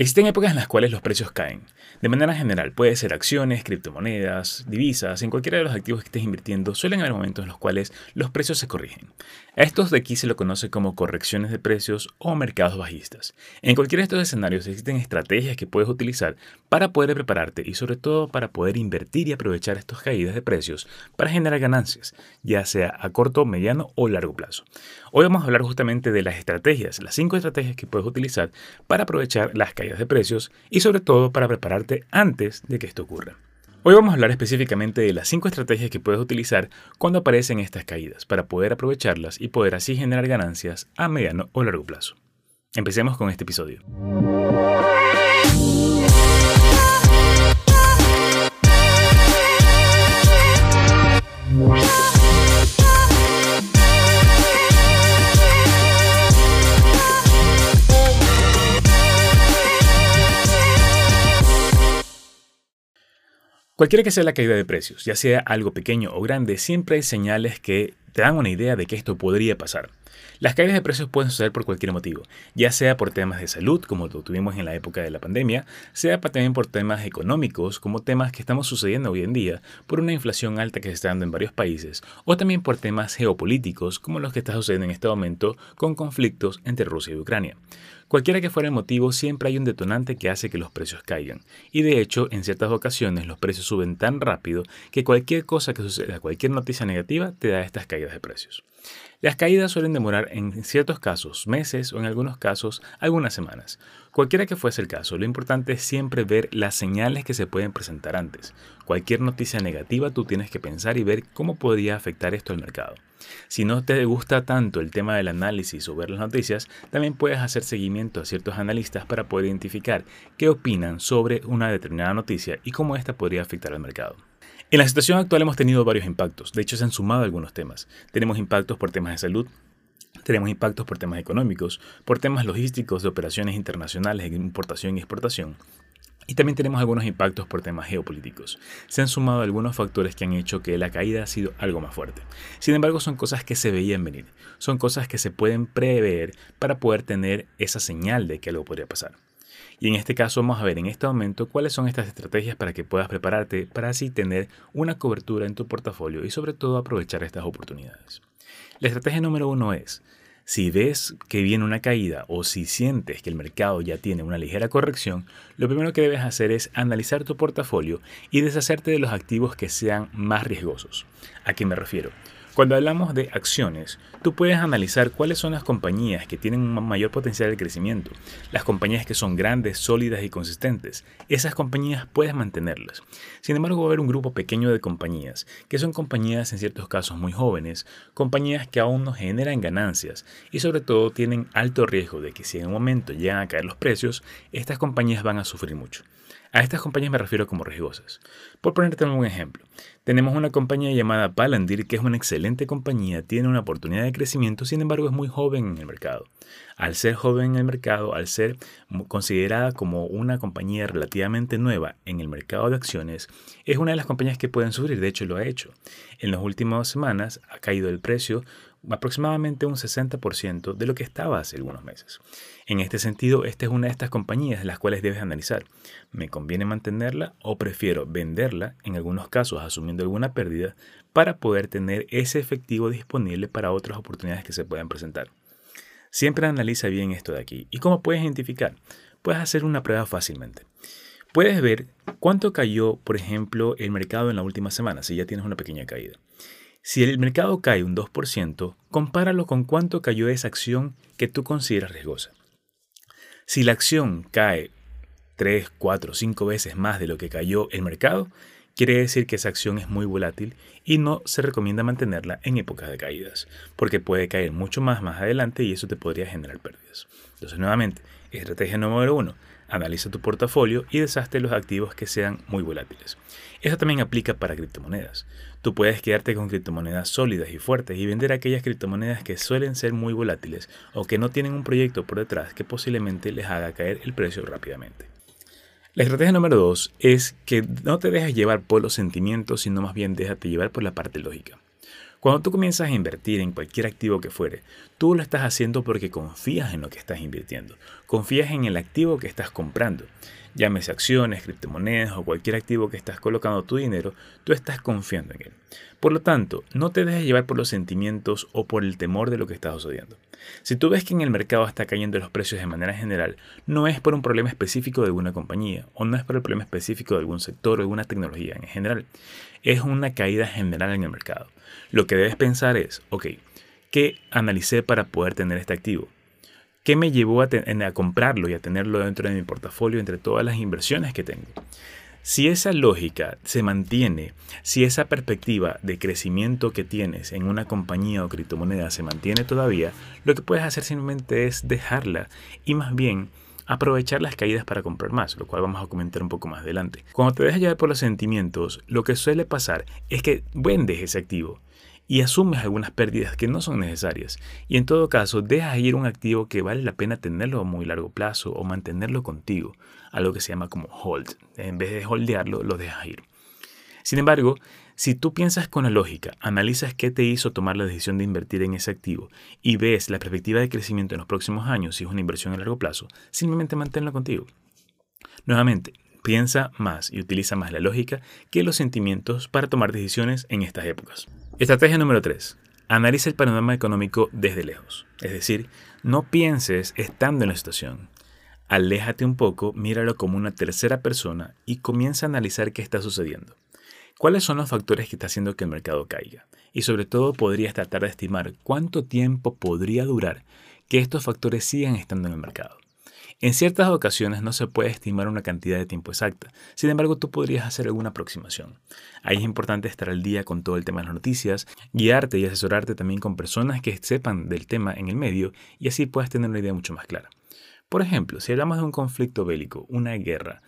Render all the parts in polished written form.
Existen épocas en las cuales los precios caen. De manera general, puede ser acciones, criptomonedas, divisas, en cualquiera de los activos que estés invirtiendo, suelen haber momentos en los cuales los precios se corrigen. A estos de aquí se lo conoce como correcciones de precios o mercados bajistas. En cualquiera de estos escenarios existen estrategias que puedes utilizar para poder prepararte y sobre todo para poder invertir y aprovechar estas caídas de precios para generar ganancias, ya sea a corto, mediano o largo plazo. Hoy vamos a hablar justamente de las estrategias, las 5 estrategias que puedes utilizar para aprovechar las caídas de precios y sobre todo para prepararte antes de que esto ocurra. Hoy vamos a hablar específicamente de las 5 estrategias que puedes utilizar cuando aparecen estas caídas para poder aprovecharlas y poder así generar ganancias a mediano o largo plazo. Empecemos con este episodio. Cualquiera que sea la caída de precios, ya sea algo pequeño o grande, siempre hay señales que te dan una idea de que esto podría pasar. Las caídas de precios pueden suceder por cualquier motivo, ya sea por temas de salud, como lo tuvimos en la época de la pandemia, sea también por temas económicos, como temas que estamos sucediendo hoy en día, por una inflación alta que se está dando en varios países, o también por temas geopolíticos, como los que están sucediendo en este momento con conflictos entre Rusia y Ucrania. Cualquiera que fuera el motivo, siempre hay un detonante que hace que los precios caigan. Y de hecho, en ciertas ocasiones los precios suben tan rápido que cualquier cosa que suceda, cualquier noticia negativa, te da estas caídas de precios. Las caídas suelen demorar en ciertos casos meses o en algunos casos algunas semanas. Cualquiera que fuese el caso, lo importante es siempre ver las señales que se pueden presentar antes. Cualquier noticia negativa tú tienes que pensar y ver cómo podría afectar esto al mercado. Si no te gusta tanto el tema del análisis o ver las noticias, también puedes hacer seguimiento a ciertos analistas para poder identificar qué opinan sobre una determinada noticia y cómo esta podría afectar al mercado. En la situación actual hemos tenido varios impactos, de hecho se han sumado algunos temas. Tenemos impactos por temas de salud, tenemos impactos por temas económicos, por temas logísticos de operaciones internacionales de importación y exportación. Y también tenemos algunos impactos por temas geopolíticos. Se han sumado algunos factores que han hecho que la caída ha sido algo más fuerte. Sin embargo, son cosas que se veían venir. Son cosas que se pueden prever para poder tener esa señal de que algo podría pasar. Y en este caso vamos a ver en este momento cuáles son estas estrategias para que puedas prepararte para así tener una cobertura en tu portafolio y sobre todo aprovechar estas oportunidades. La estrategia número 1 es: si ves que viene una caída o si sientes que el mercado ya tiene una ligera corrección, lo primero que debes hacer es analizar tu portafolio y deshacerte de los activos que sean más riesgosos. ¿A qué me refiero? Cuando hablamos de acciones, tú puedes analizar cuáles son las compañías que tienen un mayor potencial de crecimiento, las compañías que son grandes, sólidas y consistentes. Esas compañías puedes mantenerlas. Sin embargo, va a haber un grupo pequeño de compañías, que son compañías en ciertos casos muy jóvenes, compañías que aún no generan ganancias y sobre todo tienen alto riesgo de que si en un momento llegan a caer los precios, estas compañías van a sufrir mucho. A estas compañías me refiero como riesgosas. Por ponerte un ejemplo, tenemos una compañía llamada Palantir, que es una excelente compañía, tiene una oportunidad de crecimiento, sin embargo es muy joven en el mercado. Al ser joven en el mercado, al ser considerada como una compañía relativamente nueva en el mercado de acciones, es una de las compañías que pueden sufrir, de hecho lo ha hecho. En las últimas semanas ha caído el precio aproximadamente un 60% de lo que estaba hace algunos meses. En este sentido, esta es una de estas compañías de las cuales debes analizar. ¿Me conviene mantenerla o prefiero venderla, en algunos casos asumiendo alguna pérdida, para poder tener ese efectivo disponible para otras oportunidades que se puedan presentar? Siempre analiza bien esto de aquí. ¿Y cómo puedes identificar? Puedes hacer una prueba fácilmente. Puedes ver cuánto cayó, por ejemplo, el mercado en la última semana, si ya tienes una pequeña caída. Si el mercado cae un 2%, compáralo con cuánto cayó esa acción que tú consideras riesgosa. Si la acción cae 3, 4, 5 veces más de lo que cayó el mercado, quiere decir que esa acción es muy volátil y no se recomienda mantenerla en épocas de caídas, porque puede caer mucho más adelante y eso te podría generar pérdidas. Entonces, nuevamente, estrategia número 1. Analiza tu portafolio y deshazte los activos que sean muy volátiles. Eso también aplica para criptomonedas. Tú puedes quedarte con criptomonedas sólidas y fuertes y vender aquellas criptomonedas que suelen ser muy volátiles o que no tienen un proyecto por detrás que posiblemente les haga caer el precio rápidamente. La estrategia número 2 es que no te dejes llevar por los sentimientos, sino más bien déjate llevar por la parte lógica. Cuando tú comienzas a invertir en cualquier activo que fuere, tú lo estás haciendo porque confías en lo que estás invirtiendo, confías en el activo que estás comprando. Llámese acciones, criptomonedas o cualquier activo que estás colocando tu dinero, tú estás confiando en él. Por lo tanto, no te dejes llevar por los sentimientos o por el temor de lo que estás sucediendo. Si tú ves que en el mercado está cayendo los precios de manera general, no es por un problema específico de alguna compañía o no es por el problema específico de algún sector o alguna tecnología en general. Es una caída general en el mercado. Lo que debes pensar es, ok, ¿qué analicé para poder tener este activo? ¿Qué me llevó a comprarlo y a tenerlo dentro de mi portafolio entre todas las inversiones que tengo? Si esa lógica se mantiene, si esa perspectiva de crecimiento que tienes en una compañía o criptomoneda se mantiene todavía, lo que puedes hacer simplemente es dejarla y más bien aprovechar las caídas para comprar más, lo cual vamos a comentar un poco más adelante. Cuando te dejas llevar por los sentimientos, lo que suele pasar es que vendes ese activo y asumes algunas pérdidas que no son necesarias y en todo caso dejas ir un activo que vale la pena tenerlo a muy largo plazo o mantenerlo contigo, algo que se llama como hold. En vez de holdearlo, lo dejas ir. Sin embargo, si tú piensas con la lógica, analizas qué te hizo tomar la decisión de invertir en ese activo y ves la perspectiva de crecimiento en los próximos años si es una inversión a largo plazo, simplemente manténlo contigo. Nuevamente, piensa más y utiliza más la lógica que los sentimientos para tomar decisiones en estas épocas. Estrategia número 3. Analiza el panorama económico desde lejos. Es decir, no pienses estando en la situación. Aléjate un poco, míralo como una tercera persona y comienza a analizar qué está sucediendo. ¿Cuáles son los factores que están haciendo que el mercado caiga? Y sobre todo podrías tratar de estimar cuánto tiempo podría durar que estos factores sigan estando en el mercado. En ciertas ocasiones no se puede estimar una cantidad de tiempo exacta, sin embargo tú podrías hacer alguna aproximación. Ahí es importante estar al día con todo el tema de las noticias, guiarte y asesorarte también con personas que sepan del tema en el medio y así puedas tener una idea mucho más clara. Por ejemplo, si hablamos de un conflicto bélico, una guerra,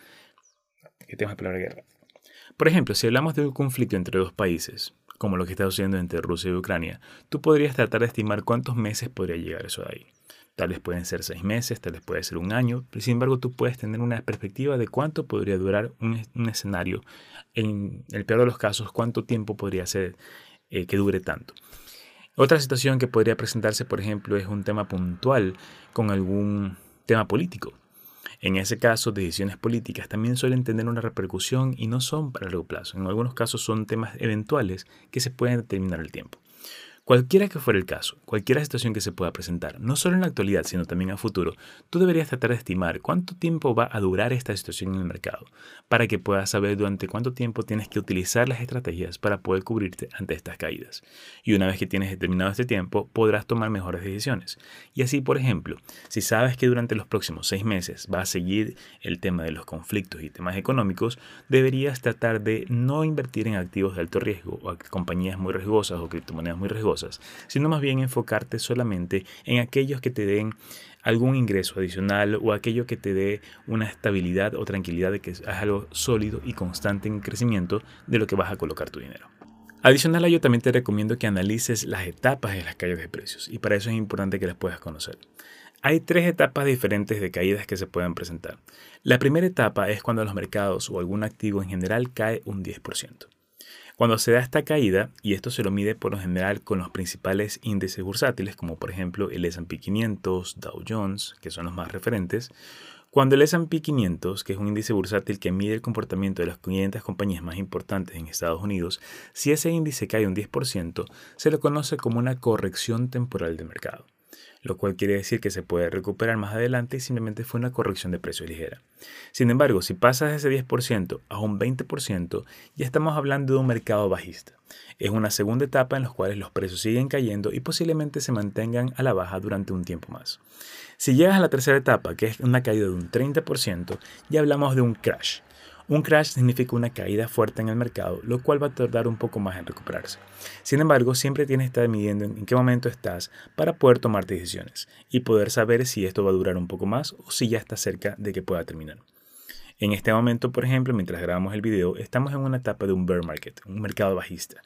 ¿qué tema es la palabra guerra? Por ejemplo, si hablamos de un conflicto entre dos países, como lo que está sucediendo entre Rusia y Ucrania, tú podrías tratar de estimar cuántos meses podría llegar eso de ahí. Tal vez pueden ser 6 meses, tal vez puede ser un año, pero sin embargo tú puedes tener una perspectiva de cuánto podría durar un escenario. En el peor de los casos, cuánto tiempo podría ser que dure tanto. Otra situación que podría presentarse, por ejemplo, es un tema puntual con algún tema político. En ese caso, decisiones políticas también suelen tener una repercusión y no son para largo plazo. En algunos casos son temas eventuales que se pueden determinar el tiempo. Cualquiera que fuera el caso, cualquier situación que se pueda presentar, no solo en la actualidad, sino también a futuro, tú deberías tratar de estimar cuánto tiempo va a durar esta situación en el mercado, para que puedas saber durante cuánto tiempo tienes que utilizar las estrategias para poder cubrirte ante estas caídas. Y una vez que tienes determinado este tiempo, podrás tomar mejores decisiones. Y así, por ejemplo, si sabes que durante los próximos 6 meses va a seguir el tema de los conflictos y temas económicos, deberías tratar de no invertir en activos de alto riesgo o compañías muy riesgosas o criptomonedas muy riesgosas, sino más bien enfocarte solamente en aquellos que te den algún ingreso adicional o aquello que te dé una estabilidad o tranquilidad de que es algo sólido y constante en crecimiento de lo que vas a colocar tu dinero. Adicional a ello, también te recomiendo que analices las etapas de las caídas de precios y para eso es importante que las puedas conocer. Hay 3 etapas diferentes de caídas que se pueden presentar. La primera etapa es cuando los mercados o algún activo en general cae un 10%. Cuando se da esta caída, y esto se lo mide por lo general con los principales índices bursátiles, como por ejemplo el S&P 500, Dow Jones, que son los más referentes, cuando el S&P 500, que es un índice bursátil que mide el comportamiento de las 500 compañías más importantes en Estados Unidos, si ese índice cae un 10%, se lo conoce como una corrección temporal de mercado, lo cual quiere decir que se puede recuperar más adelante y simplemente fue una corrección de precio ligera. Sin embargo, si pasas de ese 10% a un 20%, ya estamos hablando de un mercado bajista. Es una segunda etapa en la cual los precios siguen cayendo y posiblemente se mantengan a la baja durante un tiempo más. Si llegas a la tercera etapa, que es una caída de un 30%, ya hablamos de un crash. Un crash significa una caída fuerte en el mercado, lo cual va a tardar un poco más en recuperarse. Sin embargo, siempre tienes que estar midiendo en qué momento estás para poder tomar decisiones y poder saber si esto va a durar un poco más o si ya está cerca de que pueda terminar. En este momento, por ejemplo, mientras grabamos el video, estamos en una etapa de un bear market, un mercado bajista.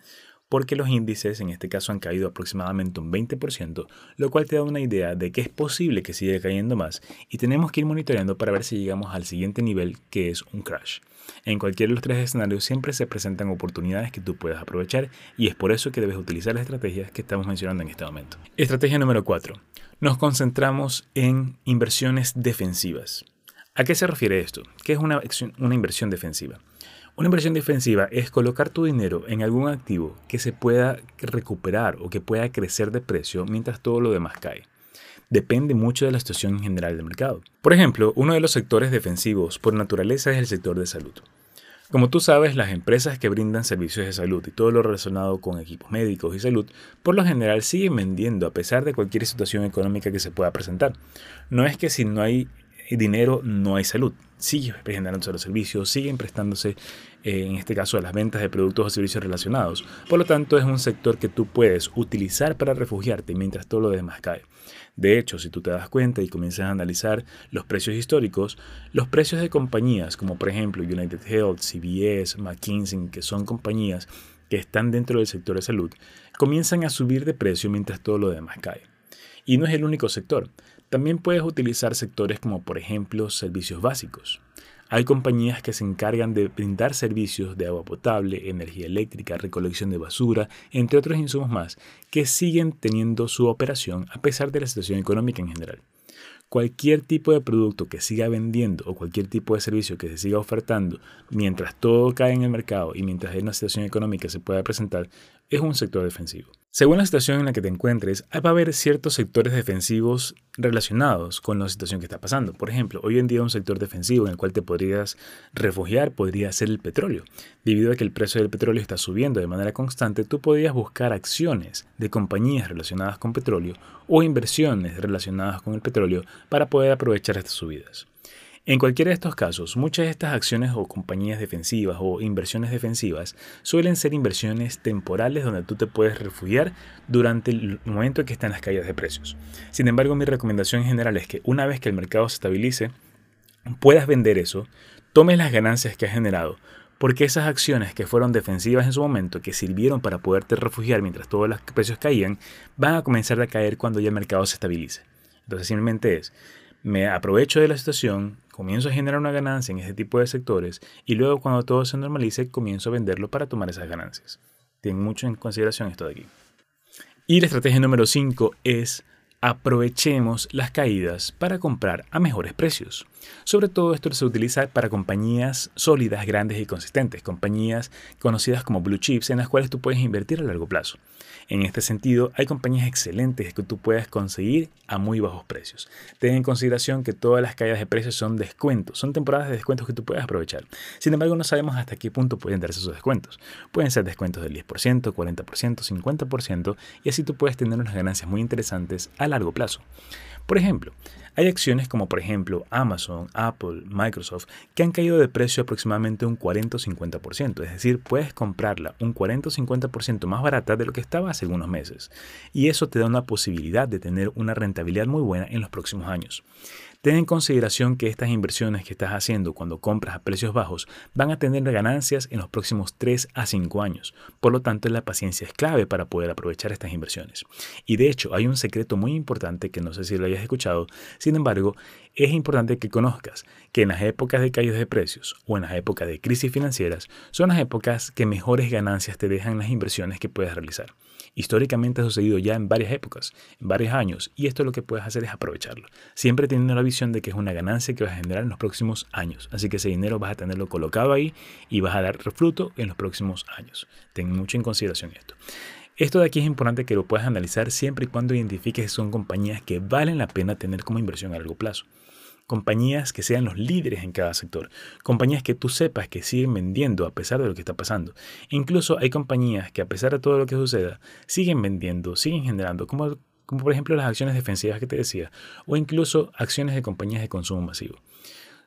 porque los índices en este caso han caído aproximadamente un 20%, lo cual te da una idea de que es posible que siga cayendo más y tenemos que ir monitoreando para ver si llegamos al siguiente nivel, que es un crash. En cualquiera de los tres escenarios siempre se presentan oportunidades que tú puedas aprovechar y es por eso que debes utilizar las estrategias que estamos mencionando en este momento. Estrategia número 4. Nos concentramos en inversiones defensivas. ¿A qué se refiere esto? ¿Qué es una inversión defensiva? Una inversión defensiva es colocar tu dinero en algún activo que se pueda recuperar o que pueda crecer de precio mientras todo lo demás cae. Depende mucho de la situación general del mercado. Por ejemplo, uno de los sectores defensivos por naturaleza es el sector de salud. Como tú sabes, las empresas que brindan servicios de salud y todo lo relacionado con equipos médicos y salud, por lo general siguen vendiendo a pesar de cualquier situación económica que se pueda presentar. No es que si no hay dinero no hay salud. Sigue generándose los servicios, siguen prestándose, en este caso, a las ventas de productos o servicios relacionados. Por lo tanto, es un sector que tú puedes utilizar para refugiarte mientras todo lo demás cae. De hecho, si tú te das cuenta y comienzas a analizar los precios históricos, los precios de compañías como por ejemplo United Health, CVS, McKinsey, que son compañías que están dentro del sector de salud, comienzan a subir de precio mientras todo lo demás cae. Y no es el único sector. También puedes utilizar sectores como por ejemplo servicios básicos. Hay compañías que se encargan de brindar servicios de agua potable, energía eléctrica, recolección de basura, entre otros insumos más, que siguen teniendo su operación a pesar de la situación económica en general. Cualquier tipo de producto que siga vendiendo o cualquier tipo de servicio que se siga ofertando mientras todo cae en el mercado y mientras una situación económica se pueda presentar, es un sector defensivo. Según la situación en la que te encuentres, va a haber ciertos sectores defensivos relacionados con la situación que está pasando. Por ejemplo, hoy en día un sector defensivo en el cual te podrías refugiar podría ser el petróleo. Debido a que el precio del petróleo está subiendo de manera constante, tú podrías buscar acciones de compañías relacionadas con petróleo o inversiones relacionadas con el petróleo para poder aprovechar estas subidas. En cualquiera de estos casos, muchas de estas acciones o compañías defensivas o inversiones defensivas suelen ser inversiones temporales donde tú te puedes refugiar durante el momento en que están las caídas de precios. Sin embargo, mi recomendación en general es que una vez que el mercado se estabilice, puedas vender eso, tomes las ganancias que has generado, porque esas acciones que fueron defensivas en su momento, que sirvieron para poderte refugiar mientras todos los precios caían, van a comenzar a caer cuando ya el mercado se estabilice. Entonces simplemente me aprovecho de la situación, comienzo a generar una ganancia en ese tipo de sectores y luego cuando todo se normalice comienzo a venderlo para tomar esas ganancias. Ten mucho en consideración esto de aquí. Y la estrategia número 5 es aprovechemos las caídas para comprar a mejores precios. Sobre todo esto se utiliza para compañías sólidas, grandes y consistentes, compañías conocidas como blue chips en las cuales tú puedes invertir a largo plazo. En este sentido, hay compañías excelentes que tú puedes conseguir a muy bajos precios. Ten en consideración que todas las caídas de precios son descuentos, son temporadas de descuentos que tú puedes aprovechar. Sin embargo, no sabemos hasta qué punto pueden darse esos descuentos. Pueden ser descuentos del 10%, 40%, 50% y así tú puedes tener unas ganancias muy interesantes a largo plazo. Por ejemplo, hay acciones como por ejemplo Amazon, Apple, Microsoft que han caído de precio aproximadamente un 40 o 50%, es decir, puedes comprarla un 40 o 50% más barata de lo que estaba hace unos meses y eso te da una posibilidad de tener una rentabilidad muy buena en los próximos años. Ten en consideración que estas inversiones que estás haciendo cuando compras a precios bajos van a tener ganancias en los próximos 3 a 5 años. Por lo tanto, la paciencia es clave para poder aprovechar estas inversiones. Y de hecho, hay un secreto muy importante que no sé si lo hayas escuchado. Sin embargo, es importante que conozcas que en las épocas de caídas de precios o en las épocas de crisis financieras son las épocas que mejores ganancias te dejan las inversiones que puedes realizar. Históricamente ha sucedido ya en varias épocas, en varios años, y esto lo que puedes hacer es aprovecharlo. Siempre teniendo la visión de que es una ganancia que vas a generar en los próximos años. Así que ese dinero vas a tenerlo colocado ahí y vas a dar fruto en los próximos años. Ten mucho en consideración esto. Esto de aquí es importante que lo puedas analizar siempre y cuando identifiques que son compañías que valen la pena tener como inversión a largo plazo. Compañías que sean los líderes en cada sector, compañías que tú sepas que siguen vendiendo a pesar de lo que está pasando. Incluso hay compañías que a pesar de todo lo que suceda, siguen vendiendo, siguen generando, como por ejemplo las acciones defensivas que te decía, o incluso acciones de compañías de consumo masivo.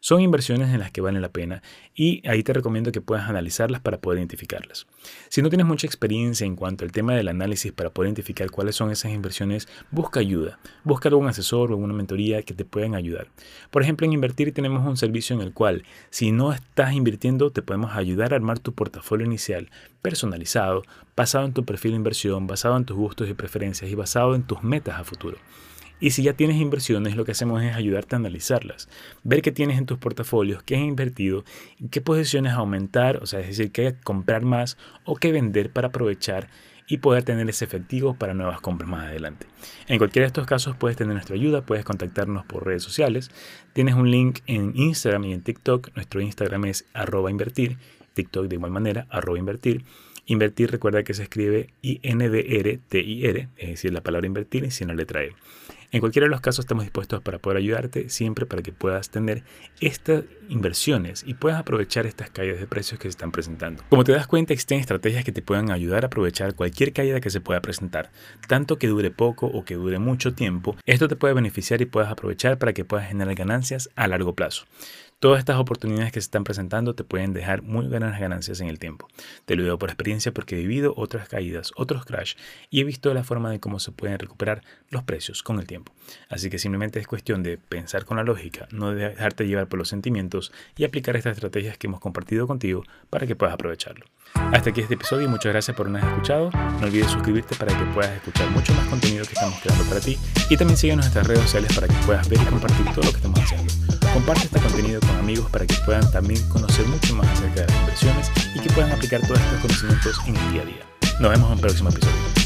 Son inversiones en las que valen la pena y ahí te recomiendo que puedas analizarlas para poder identificarlas. Si no tienes mucha experiencia en cuanto al tema del análisis para poder identificar cuáles son esas inversiones, busca ayuda. Busca a un asesor o una mentoría que te puedan ayudar. Por ejemplo, en Invertir tenemos un servicio en el cual, si no estás invirtiendo, te podemos ayudar a armar tu portafolio inicial personalizado, basado en tu perfil de inversión, basado en tus gustos y preferencias y basado en tus metas a futuro. Y si ya tienes inversiones, lo que hacemos es ayudarte a analizarlas, ver qué tienes en tus portafolios, qué has invertido, en qué posiciones aumentar, o sea, es decir, qué comprar más o qué vender para aprovechar y poder tener ese efectivo para nuevas compras más adelante. En cualquiera de estos casos puedes tener nuestra ayuda, puedes contactarnos por redes sociales. Tienes un link en Instagram y en TikTok. Nuestro Instagram es @invertir, TikTok de igual manera, @invertir. Invertir, recuerda que se escribe INVERTIR, es decir, la palabra invertir sin la letra E. En cualquiera de los casos estamos dispuestos para poder ayudarte, siempre para que puedas tener estas inversiones y puedas aprovechar estas caídas de precios que se están presentando. Como te das cuenta, existen estrategias que te puedan ayudar a aprovechar cualquier caída que se pueda presentar, tanto que dure poco o que dure mucho tiempo. Esto te puede beneficiar y puedas aprovechar para que puedas generar ganancias a largo plazo. Todas estas oportunidades que se están presentando te pueden dejar muy buenas ganancias en el tiempo. Te lo digo por experiencia porque he vivido otras caídas, otros crash y he visto la forma de cómo se pueden recuperar los precios con el tiempo. Así que simplemente es cuestión de pensar con la lógica, no de dejarte llevar por los sentimientos y aplicar estas estrategias que hemos compartido contigo para que puedas aprovecharlo. Hasta aquí este episodio y muchas gracias por habernos escuchado. No olvides suscribirte para que puedas escuchar mucho más contenido que estamos creando para ti y también síguenos en nuestras redes sociales para que puedas ver y compartir todo lo que estamos haciendo. Comparte este contenido con amigos para que puedan también conocer mucho más acerca de las inversiones y que puedan aplicar todos estos conocimientos en el día a día. Nos vemos en un próximo episodio.